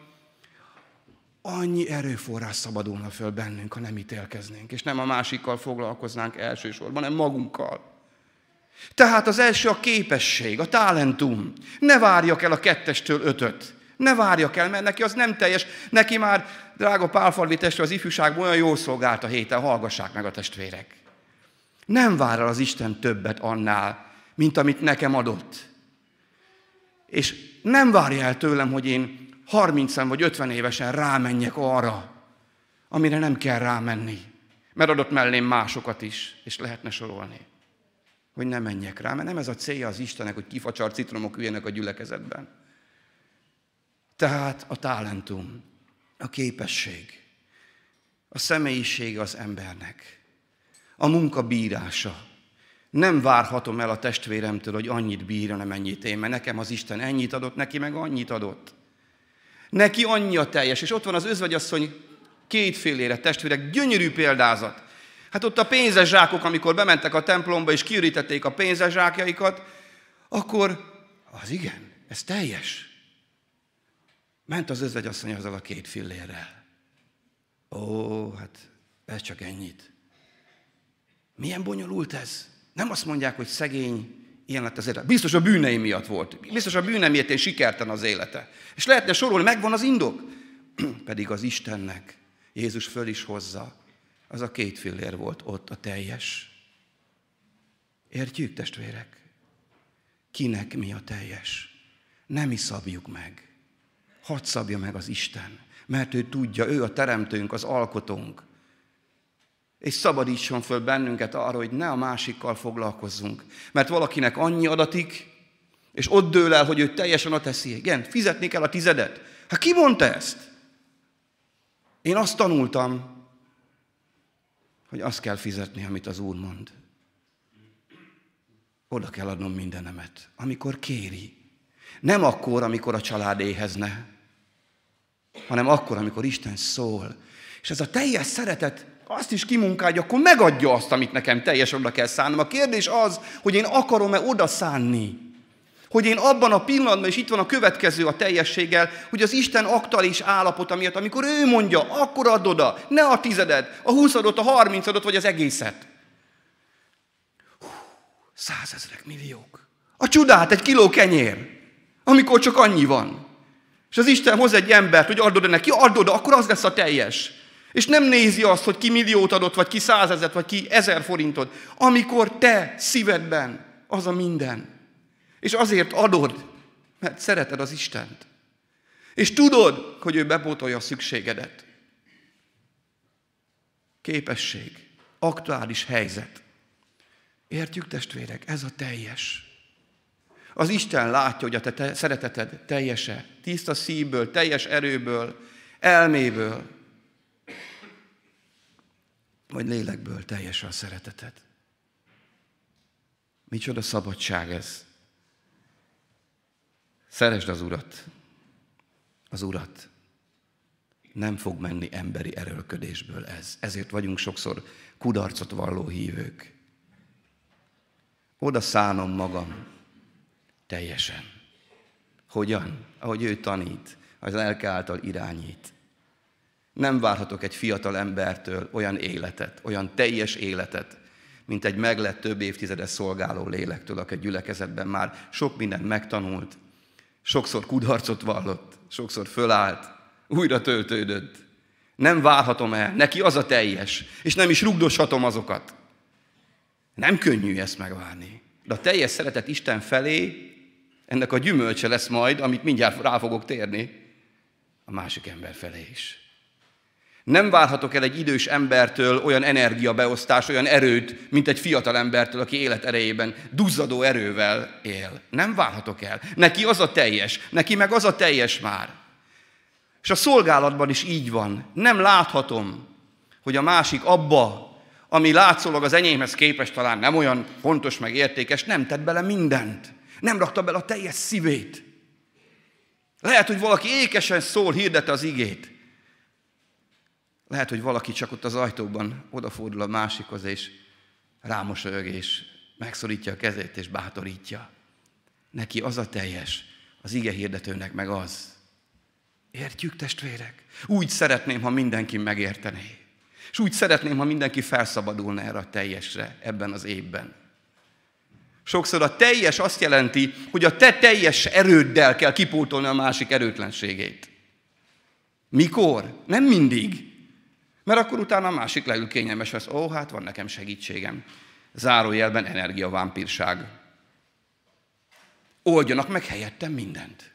Annyi erőforrás szabadulna föl bennünk, ha nem ítélkeznénk, és nem a másikkal foglalkoznánk elsősorban, hanem magunkkal. Tehát az első a képesség, a talentum. Ne várjak el a kettestől ötöt. Ne várjak el, mert neki az nem teljes. Neki már, drága Pálfalvi testvér, az ifjúságban olyan jól szolgált a héten, hallgassák meg a testvérek. Nem vár el az Isten többet annál, mint amit nekem adott. És nem várja el tőlem, hogy én harmincen vagy ötven évesen rámenjek arra, amire nem kell rámenni. Mert adott mellém másokat is, és lehetne sorolni. Hogy ne menjek rá, mert nem ez a célja az Istennek, hogy kifacsart citromok üljenek a gyülekezetben. Tehát a talentum, a képesség, a személyiség az embernek, a munka bírása. Nem várhatom el a testvéremtől, hogy annyit bír, nem ennyit én, mert nekem az Isten ennyit adott, neki meg annyit adott. Neki annyi a teljes, és ott van az özvegyasszony kétfélére, testvérek, gyönyörű példázat. Hát ott a pénzes zsákok, amikor bementek a templomba, és kiürítették a pénzes zsákjaikat, akkor az igen, ez teljes. Ment az özvegyasszony azzal a két fillérrel. Ó, hát ez csak ennyit. Milyen bonyolult ez? Nem azt mondják, hogy szegény, ilyen lett az élet. Biztos a bűnei miatt volt. Biztos a bűnei miatt én sikertelen az élete. És lehetne sorolni, megvan az indok. Pedig az Istennek Jézus föl is hozza. Az a két fillér volt ott, a teljes. Értjük, testvérek? Kinek mi a teljes? Nem mi szabjuk meg. Hadd szabja meg az Isten, mert ő tudja, ő a teremtőnk, az alkotónk. És szabadítson föl bennünket arra, hogy ne a másikkal foglalkozzunk. Mert valakinek annyi adatik, és ott dől el, hogy ő teljesen a teszi. Igen, fizetni kell a tizedet. Hát ki mondta ezt? Én azt tanultam, hogy azt kell fizetni, amit az Úr mond. Oda kell adnom mindenemet, amikor kéri. Nem akkor, amikor a család éhezne, hanem akkor, amikor Isten szól. És ez a teljes szeretet azt is kimunkálja, hogy akkor megadja azt, amit nekem teljesen oda kell szánnom. A kérdés az, hogy én akarom-e oda szánni. Hogy én abban a pillanatban, és itt van a következő a teljességgel, hogy az Isten aktuális állapota miatt, amikor ő mondja, akkor add oda, ne a tizedet, a huszadot, a harmincadot, vagy az egészet. Hú, százezrek, milliók. A csodát, egy kiló kenyér, amikor csak annyi van. És az Isten hoz egy embert, hogy add oda neki, add oda, akkor az lesz a teljes. És nem nézi azt, hogy ki milliót adott, vagy ki százezret, vagy ki ezer forintot. Amikor te szívedben az a minden. És azért adod, mert szereted az Istent. És tudod, hogy ő bepótolja a szükségedet. Képesség, aktuális helyzet. Értjük, testvérek? Ez a teljes. Az Isten látja, hogy a te, te szereteted teljese, tiszta szívből, teljes erőből, elméből, vagy lélekből teljes a szereteted. Micsoda szabadság ez. Szeresd az Urat. Az Urat. Nem fog menni emberi erőlködésből ez. Ezért vagyunk sokszor kudarcot valló hívők. Oda szánom magam teljesen. Hogyan? Ahogy ő tanít, az lelke által irányít. Nem várhatok egy fiatal embertől olyan életet, olyan teljes életet, mint egy meglett több évtizedes szolgáló lélektől, aki a gyülekezetben már sok mindent megtanult, sokszor kudarcot vallott, sokszor fölállt, újra töltődött. Nem várhatom el, neki az a teljes, és nem is rugdoshatom azokat. Nem könnyű ezt megvárni. De a teljes szeretet Isten felé, ennek a gyümölcse lesz majd, amit mindjárt rá fogok térni, a másik ember felé is. Nem várhatok el egy idős embertől olyan energiabeosztás, olyan erőt, mint egy fiatal embertől, aki élet erejében duzzadó erővel él. Nem várhatok el. Neki az a teljes, neki meg az a teljes már. És a szolgálatban is így van. Nem láthatom, hogy a másik abba, ami látszólag az enyémhez képest talán nem olyan fontos meg értékes, nem tett bele mindent. Nem rakta bele a teljes szívét. Lehet, hogy valaki ékesen szól, hirdette az igét. Lehet, hogy valaki csak ott az ajtóban odafordul a másikhoz, és rámosolyog, és megszorítja a kezét, és bátorítja. Neki az a teljes, az ige hirdetőnek meg az. Értjük, testvérek? Úgy szeretném, ha mindenki megértené. És úgy szeretném, ha mindenki felszabadulna erre a teljesre ebben az évben. Sokszor a teljes azt jelenti, hogy a te teljes erőddel kell kipótolni a másik erőtlenségét. Mikor? Nem mindig. Mert akkor utána a másik leül kényelmes lesz. Ó, hát van nekem segítségem. Zárójelben energiavámpírság. Oldjanak meg helyettem mindent.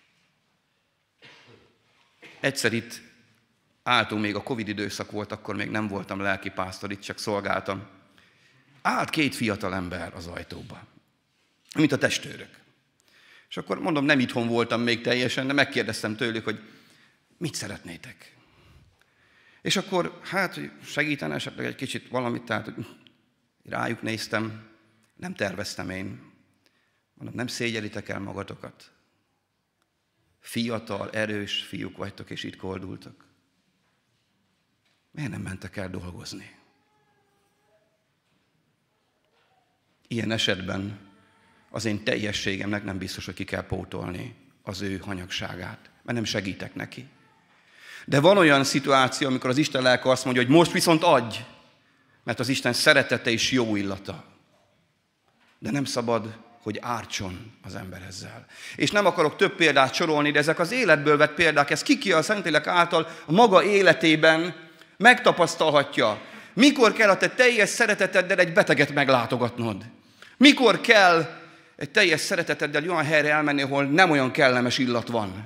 Egyszer itt álltunk, még a Covid időszak volt, akkor még nem voltam lelkipásztor, itt csak szolgáltam. Állt két fiatal ember az ajtóba, mint a testőrök. És akkor mondom, nem itthon voltam még teljesen, de megkérdeztem tőlük, hogy mit szeretnétek. És akkor, hát, hogy segítene esetleg egy kicsit valamit, tehát hogy rájuk néztem, nem terveztem én. Mondom, nem szégyelitek el magatokat. Fiatal, erős fiúk vagytok, és itt koldultok. Miért nem mentek el dolgozni? Ilyen esetben az én teljességemnek nem biztos, hogy ki kell pótolni az ő hanyagságát, mert nem segítek neki. De van olyan szituáció, amikor az Isten lelke azt mondja, hogy most viszont adj, mert az Isten szeretete és jó illata. De nem szabad, hogy ártson az ember ezzel. És nem akarok több példát sorolni, de ezek az életből vett példák, ez kiki a Szentlélek által a maga életében megtapasztalhatja. Mikor kell a te teljes szereteteddel egy beteget meglátogatnod? Mikor kell egy teljes szereteteddel olyan helyre elmenni, ahol nem olyan kellemes illat van?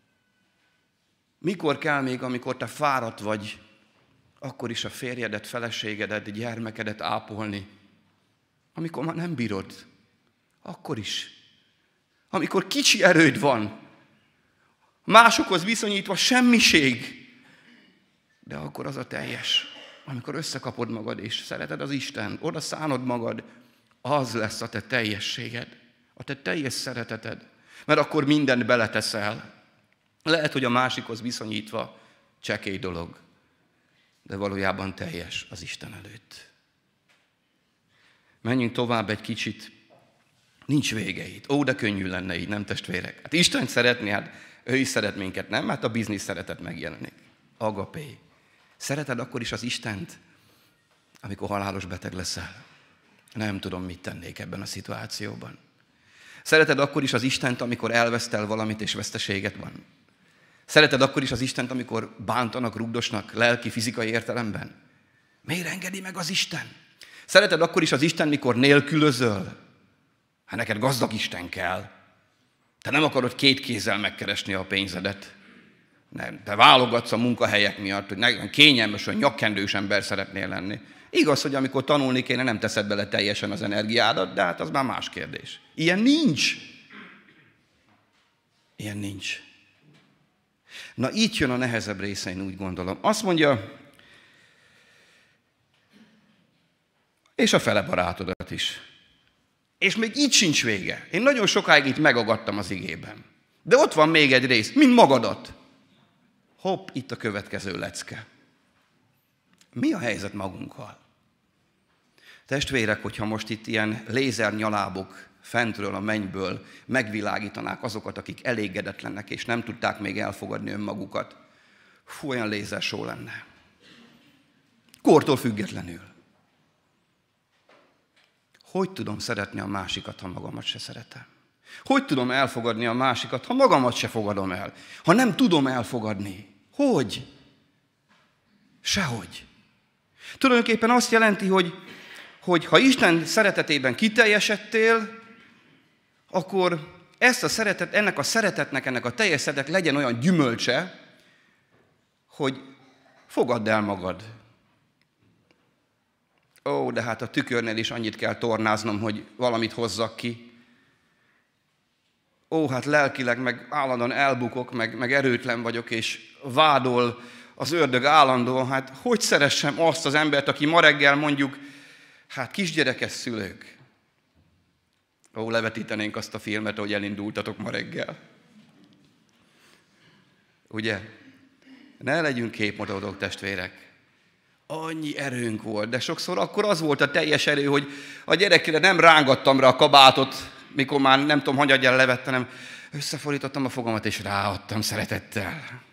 Mikor kell még, amikor te fáradt vagy, akkor is a férjedet, feleségedet, gyermekedet ápolni? Amikor már nem bírod, akkor is. Amikor kicsi erőd van, másokhoz viszonyítva semmiség, de akkor az a teljes. Amikor összekapod magad és szereted az Isten, oda szánod magad, az lesz a te teljességed, a te teljes szereteted. Mert akkor mindent beleteszel. Lehet, hogy a másikhoz viszonyítva csekély dolog, de valójában teljes az Isten előtt. Menjünk tovább egy kicsit. Nincs vége itt. Ó, de könnyű lenne így, nem testvérek? Hát Isten szeretni, hát ő is szeret minket, nem? Hát a biznisz szeretet megjelenik. Agapé. Szereted akkor is az Istent, amikor halálos beteg leszel? Nem tudom, mit tennék ebben a szituációban. Szereted akkor is az Istent, amikor elvesztel valamit és veszteséget van? Szereted akkor is az Istent, amikor bántanak, rugdosnak lelki, fizikai értelemben? Miért engedi meg az Isten? Szereted akkor is az Isten, mikor nélkülözöl? Hát neked gazdag Isten kell. Te nem akarod két kézzel megkeresni a pénzedet. Nem, te válogatsz a munkahelyek miatt, hogy nagyon kényelmes, hogy nyakkendős ember szeretnél lenni. Igaz, hogy amikor tanulni kéne, nem teszed bele teljesen az energiádat, de hát az már más kérdés. Ilyen nincs. Ilyen nincs. Na, itt jön a nehezebb része, én úgy gondolom. Azt mondja, és a fele barátodat is. És még itt sincs vége. Én nagyon sokáig itt megagadtam az igében. De ott van még egy rész, mint magadat. Hopp, itt a következő lecke. Mi a helyzet magunkkal? Testvérek, hogyha most itt ilyen lézernyalábok fentről a mennyből megvilágítanák azokat, akik elégedetlenek, és nem tudták még elfogadni önmagukat, fú, olyan lézershow lenne. Kortól függetlenül. Hogy tudom szeretni a másikat, ha magamat se szeretem? Hogy tudom elfogadni a másikat, ha magamat se fogadom el? Ha nem tudom elfogadni? Hogy? Sehogy. Tulajdonképpen azt jelenti, hogy, hogy ha Isten szeretetében kiteljesedtél, akkor ezt a szeretet, ennek a szeretetnek, ennek a teljes szeretetnek legyen olyan gyümölcse, hogy fogadd el magad. Ó, de hát a tükörnél is annyit kell tornáznom, hogy valamit hozzak ki. Ó, hát lelkileg meg állandóan elbukok, meg, meg erőtlen vagyok, és vádol az ördög állandóan. Hát hogy szeressem azt az embert, aki ma reggel mondjuk, hát kisgyerekes szülők. Ó, levetítenénk azt a filmet, ahogy elindultatok ma reggel. Ugye? Ne legyünk képmutatók, testvérek. Annyi erőnk volt, de sokszor akkor az volt a teljes erő, hogy a gyerekére nem rángattam rá a kabátot, mikor már nem tudom, hanyagyjal levettem, hanem összefordítottam a fogamat, és ráadtam szeretettel.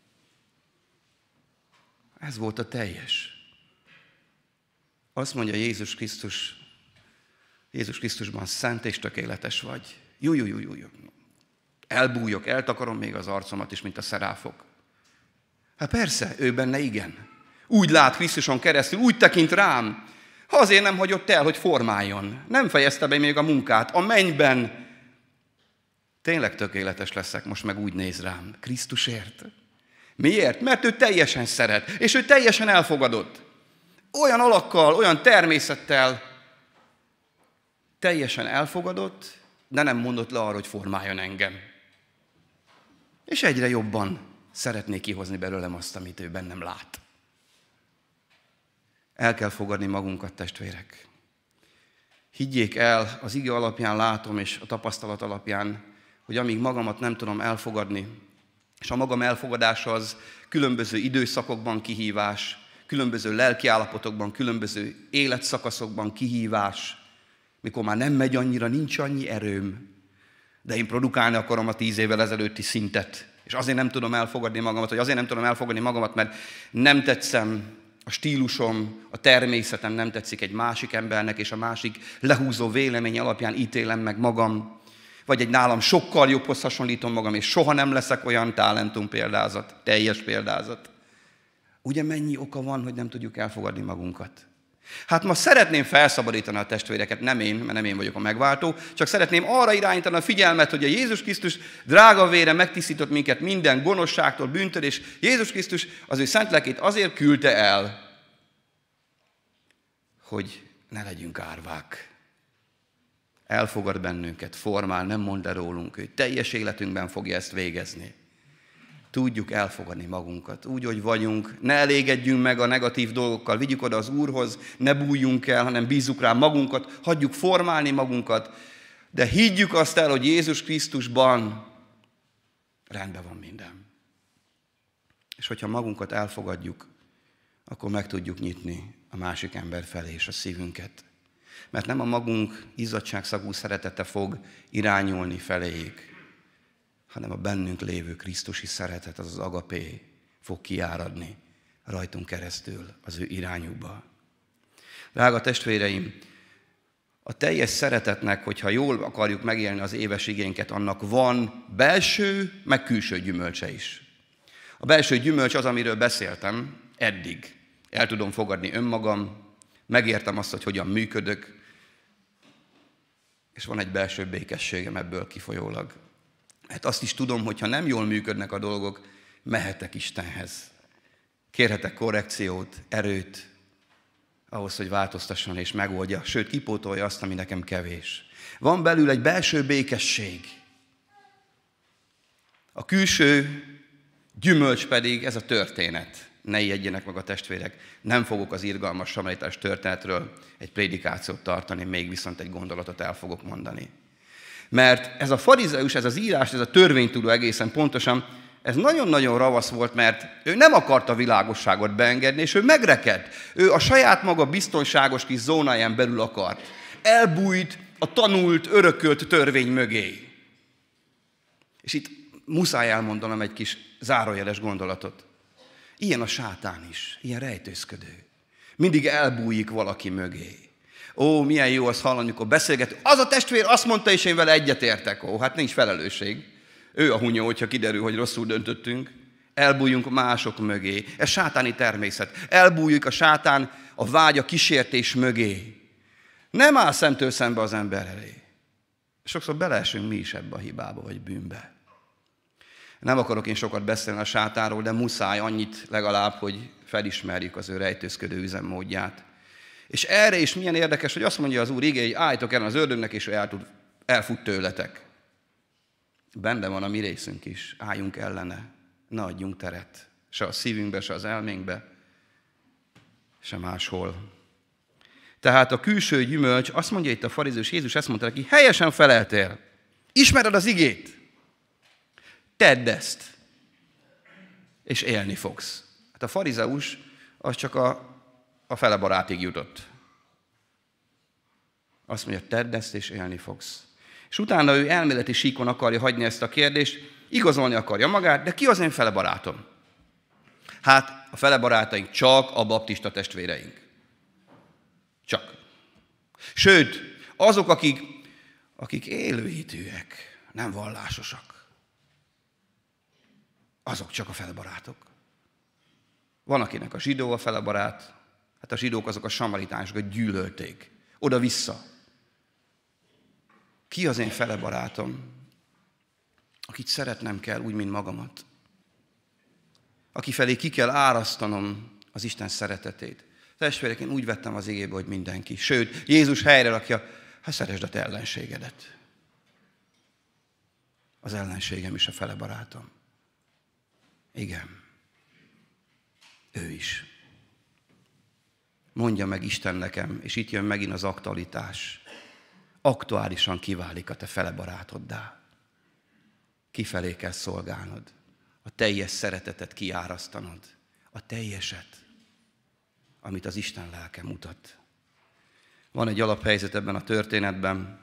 Ez volt a teljes. Azt mondja Jézus Krisztus, Jézus Krisztusban szent és tökéletes vagy. Jú, jú, jú, jú, jú. Elbújok, eltakarom még az arcomat is, mint a szeráfok. Hát persze, ő benne igen. Úgy lát Krisztuson keresztül, úgy tekint rám. Ha azért nem hagyott el, hogy formáljon. Nem fejezte be még a munkát. A mennyben tényleg tökéletes leszek, most meg úgy néz rám. Krisztusért. Miért? Mert ő teljesen szeret, és ő teljesen elfogadott. Olyan alakkal, olyan természettel teljesen elfogadott, de nem mondott le arra, hogy formáljon engem. És egyre jobban szeretné kihozni belőlem azt, amit ő bennem lát. El kell fogadni magunkat, testvérek. Higgyék el, az ige alapján látom, és a tapasztalat alapján, hogy amíg magamat nem tudom elfogadni, és a magam elfogadása az különböző időszakokban kihívás, különböző lelkiállapotokban, különböző életszakaszokban kihívás, mikor már nem megy annyira, nincs annyi erőm, de én produkálni akarom a tíz évvel ezelőtti szintet, és azért nem tudom elfogadni magamat, vagy azért nem tudom elfogadni magamat, mert nem tetszem, a stílusom, a természetem nem tetszik egy másik embernek, és a másik lehúzó vélemény alapján ítélem meg magam, vagy egy nálam sokkal jobbhoz hasonlítom magam, és soha nem leszek olyan talentum példázat, teljes példázat. Ugye mennyi oka van, hogy nem tudjuk elfogadni magunkat? Hát ma szeretném felszabadítani a testvéreket, nem én, mert nem én vagyok a megváltó, csak szeretném arra irányítani a figyelmet, hogy a Jézus Krisztus drága vére megtisztított minket minden gonoszságtól, bűntől, és Jézus Krisztus az ő szent lelkét azért küldte el, hogy ne legyünk árvák. Elfogad bennünket, formál, nem mond le rólunk, ő teljes életünkben fogja ezt végezni. Tudjuk elfogadni magunkat, úgy, hogy vagyunk, ne elégedjünk meg a negatív dolgokkal, vigyük oda az Úrhoz, ne bújjunk el, hanem bízzuk rá magunkat, hagyjuk formálni magunkat, de higgyük azt el, hogy Jézus Krisztusban rendben van minden. És hogyha magunkat elfogadjuk, akkor meg tudjuk nyitni a másik ember felé és a szívünket. Mert nem a magunk izzadságszagú szeretete fog irányulni feléjük, hanem a bennünk lévő krisztusi szeretet, az az agapé fog kiáradni rajtunk keresztül az ő irányukba. Drága testvéreim, a teljes szeretetnek, hogyha jól akarjuk megélni az éves igénket, annak van belső, meg külső gyümölcse is. A belső gyümölcs az, amiről beszéltem eddig. El tudom fogadni önmagam, megértem azt, hogy hogyan működök, és van egy belső békességem ebből kifolyólag. Hát azt is tudom, hogy ha nem jól működnek a dolgok, mehetek Istenhez. Kérhetek korrekciót, erőt, ahhoz, hogy változtasson és megoldja, sőt, kipótolja azt, ami nekem kevés. Van belül egy belső békesség. A külső gyümölcs pedig ez a történet. Ne ijedjenek meg a testvérek, nem fogok az irgalmas samaritás történetről egy prédikációt tartani, még viszont egy gondolatot el fogok mondani. Mert ez a farizeus, ez az írás, ez a törvénytudó egészen pontosan, ez nagyon-nagyon ravasz volt, mert ő nem akarta világosságot beengedni, és ő megrekedt. Ő a saját maga biztonságos kis zónáján belül akart. Elbújt a tanult, örökölt törvény mögé. És itt muszáj elmondanom egy kis zárójeles gondolatot. Ilyen a sátán is, ilyen rejtőzködő. Mindig elbújik valaki mögé. Ó, milyen jó azt hallani, amikor beszélgetünk. Az a testvér azt mondta, és én vele egyetértek. Ó, hát nincs felelősség. Ő a hunyó, hogyha kiderül, hogy rosszul döntöttünk. Elbújjunk mások mögé. Ez sátáni természet. Elbújjuk a sátán a vágy, a kísértés mögé. Nem áll szemtől szembe az ember elé. Sokszor beleesünk mi is ebbe a hibába, vagy bűnbe. Nem akarok én sokat beszélni a sátánról, de muszáj annyit legalább, hogy felismerjük az ő rejtőzködő üzemmódját. És erre is milyen érdekes, hogy azt mondja az Úr igéje, hogy álljatok ellen az ördögnek, és ő el tud, elfut tőletek. Benne van a mi részünk is, álljunk ellene, ne adjunk teret, se a szívünkbe, se az elménkbe, se máshol. Tehát a külső gyümölcs, azt mondja itt a farizeus, Jézus ezt mondta neki, helyesen feleltél, ismered az igét, tedd ezt, és élni fogsz. Hát a farizeus az csak a, a fele barátig jutott. Azt mondja, tedd ezt, és élni fogsz. És utána ő elméleti síkon akarja hagyni ezt a kérdést, igazolni akarja magát, de ki az én fele barátom? Hát a fele barátaink csak a baptista testvéreink. Csak. Sőt, azok, akik, akik élőhitűek, nem vallásosak, azok csak a fele barátok. Van, akinek a zsidó a fele barát, hát a zsidók azok a samaritánosokat gyűlölték. Oda-vissza. Ki az én fele barátom, akit szeretnem kell úgy, mint magamat? Aki felé ki kell árasztanom az Isten szeretetét. Testvérek, én úgy vettem az igébe, hogy mindenki. Sőt, Jézus helyre rakja, hát szeresd a te ellenségedet. Az ellenségem is a fele barátom. Igen. Ő is. Mondja meg Isten nekem, és itt jön megint az aktualitás. Aktuálisan kiválik a te fele barátoddá. Kifelé kell szolgálnod. A teljes szeretetet kiárasztanod. A teljeset, amit az Isten lelke mutat. Van egy alaphelyzet ebben a történetben,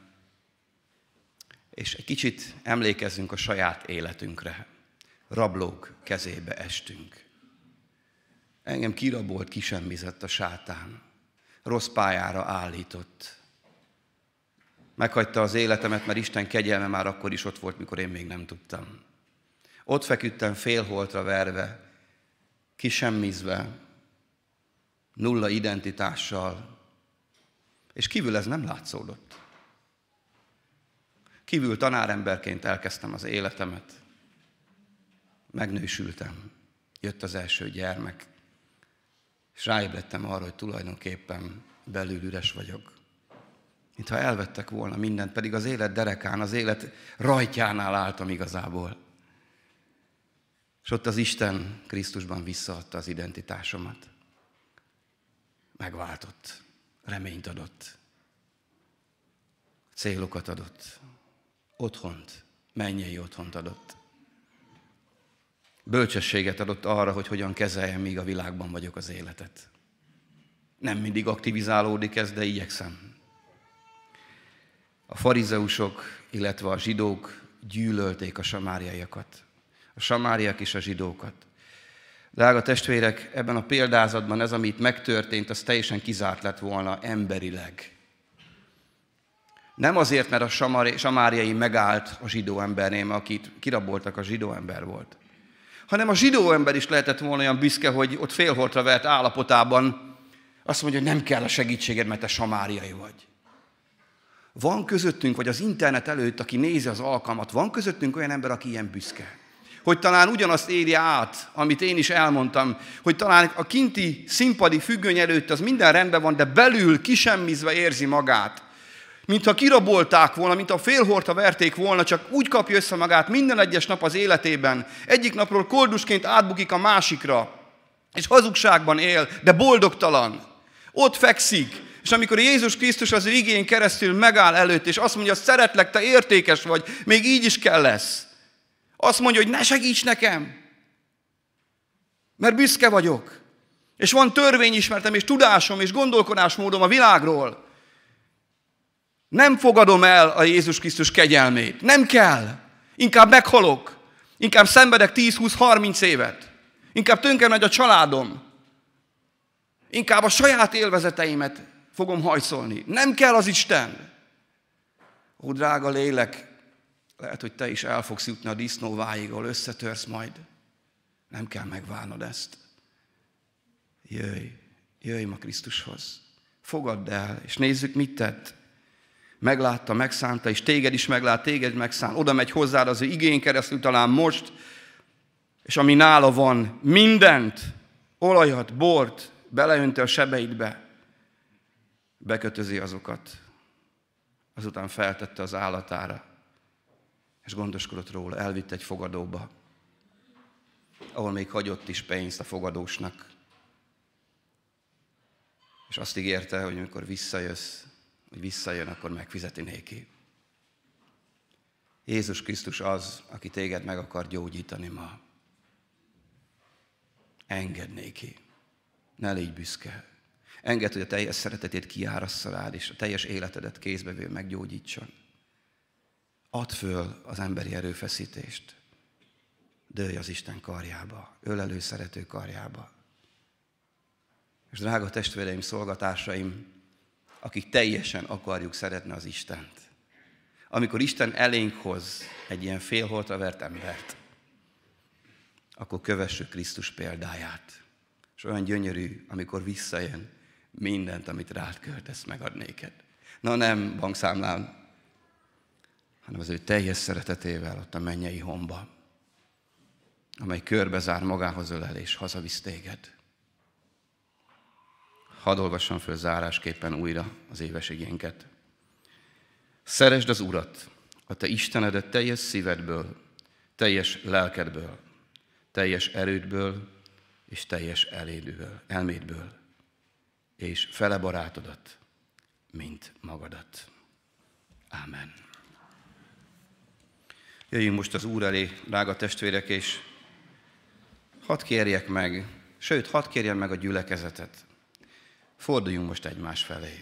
és egy kicsit emlékezzünk a saját életünkre. Rablók kezébe estünk. Engem kirabolt, kisemmizett a sátán. Rossz pályára állított. Meghagyta az életemet, mert Isten kegyelme már akkor is ott volt, mikor én még nem tudtam. Ott feküdtem félholtra verve, kisemmizve, nulla identitással, és kívül ez nem látszódott. Kívül tanáremberként elkezdtem az életemet, megnősültem, jött az első gyermek, és ráébredtem arra, hogy tulajdonképpen belül üres vagyok. Mintha elvettek volna mindent, pedig az élet derekán, az élet rajtjánál álltam igazából. És ott az Isten Krisztusban visszaadta az identitásomat. Megváltott, reményt adott, célokat adott, otthont, mennyei otthont adott. Bölcsességet adott arra, hogy hogyan kezeljem, míg a világban vagyok az életet. Nem mindig aktivizálódik ez, de igyekszem. A farizeusok, illetve a zsidók gyűlölték a samáriaiakat. A samáriak és a zsidókat. Drága testvérek, ebben a példázatban ez, ami itt megtörtént, az teljesen kizárt lett volna emberileg. Nem azért, mert a samáriai megállt a zsidó embernél, akit kiraboltak, a zsidó ember volt. Hanem a zsidó ember is lehetett volna olyan büszke, hogy ott félholtra vert állapotában azt mondja, hogy nem kell a segítséged, mert te samáriai vagy. Van közöttünk, vagy az internet előtt, aki nézi az alkalmat, van közöttünk olyan ember, aki ilyen büszke. hogy talán ugyanazt éri át, amit én is elmondtam, hogy talán a kinti színpadi függöny előtt az minden rendben van, de belül kisemmizve érzi magát. Mintha kirabolták volna, mintha félhorta verték volna, csak úgy kapja össze magát minden egyes nap az életében. Egyik napról koldusként átbukik a másikra, és hazugságban él, de boldogtalan. Ott fekszik, és amikor Jézus Krisztus az ő igén keresztül megáll előtt, és azt mondja, szeretlek, te értékes vagy, még így is kell lesz. Azt mondja, hogy ne segíts nekem, mert büszke vagyok, és van törvényismertem, és tudásom, és gondolkodásmódom a világról. Nem fogadom el a Jézus Krisztus kegyelmét. Nem kell. Inkább meghalok. Inkább szenvedek tíz, húsz, harminc évet. Inkább tönkre megy a családom. Inkább a saját élvezeteimet fogom hajszolni. Nem kell az Isten. Ó, drága lélek, lehet, hogy te is el fogsz jutni a disznóváig, ahol összetörsz majd. Nem kell megválnod ezt. Jöjj, jöjj ma Krisztushoz. Fogadd el, és nézzük, mit tett. Meglátta, megszánta, és téged is meglát, téged megszán. Oda megy hozzád az ő igén keresztül, talán most, és ami nála van, mindent, olajat, bort, beleönti a sebeidbe, bekötözi azokat, azután feltette az állatára, és gondoskodott róla, elvitt egy fogadóba, ahol még hagyott is pénzt a fogadósnak. És azt ígérte, hogy amikor visszajössz, hogy visszajön, akkor megfizeti néki. Jézus Krisztus az, aki téged meg akar gyógyítani ma. Engedd néki. Ne légy büszke. Engedd, hogy a teljes szeretetét kiárassza rád, és a teljes életedet kézbevő meggyógyítson. Add föl az emberi erőfeszítést. Dőlj az Isten karjába, ölelő szerető karjába. És drága testvéreim, szolgatársaim, akik teljesen akarjuk szeretni az Istent. Amikor Isten elénk hoz egy ilyen félholtra vert embert, akkor kövessük Krisztus példáját. És olyan gyönyörű, amikor visszajön, mindent, amit rád költesz, megad néked. Na nem bankszámlán, hanem az ő teljes szeretetével ott a mennyei homba, amely körbezár, magához ölel és hazavisz téged. Hadd olvassam föl zárásképpen újra az éves igénket. Szeresd az Urat, a te Istenedet teljes szívedből, teljes lelkedből, teljes erődből és teljes elédből, elmédből, és fele barátodat, mint magadat. Ámen. Jöjjünk most az Úr elé, drága testvérek, és hadd kérjek meg, sőt, hadd kérjem meg a gyülekezetet. Forduljunk most egymás felé.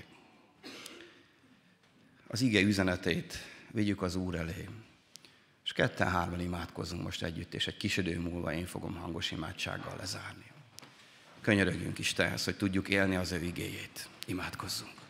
Az ige üzenetét vigyük az Úr elé. És ketten-hárman imádkozzunk most együtt, és egy kis idő múlva én fogom hangos imádsággal lezárni. Könyörögjünk Istenhez, hogy tudjuk élni az ő igéjét. Imádkozzunk.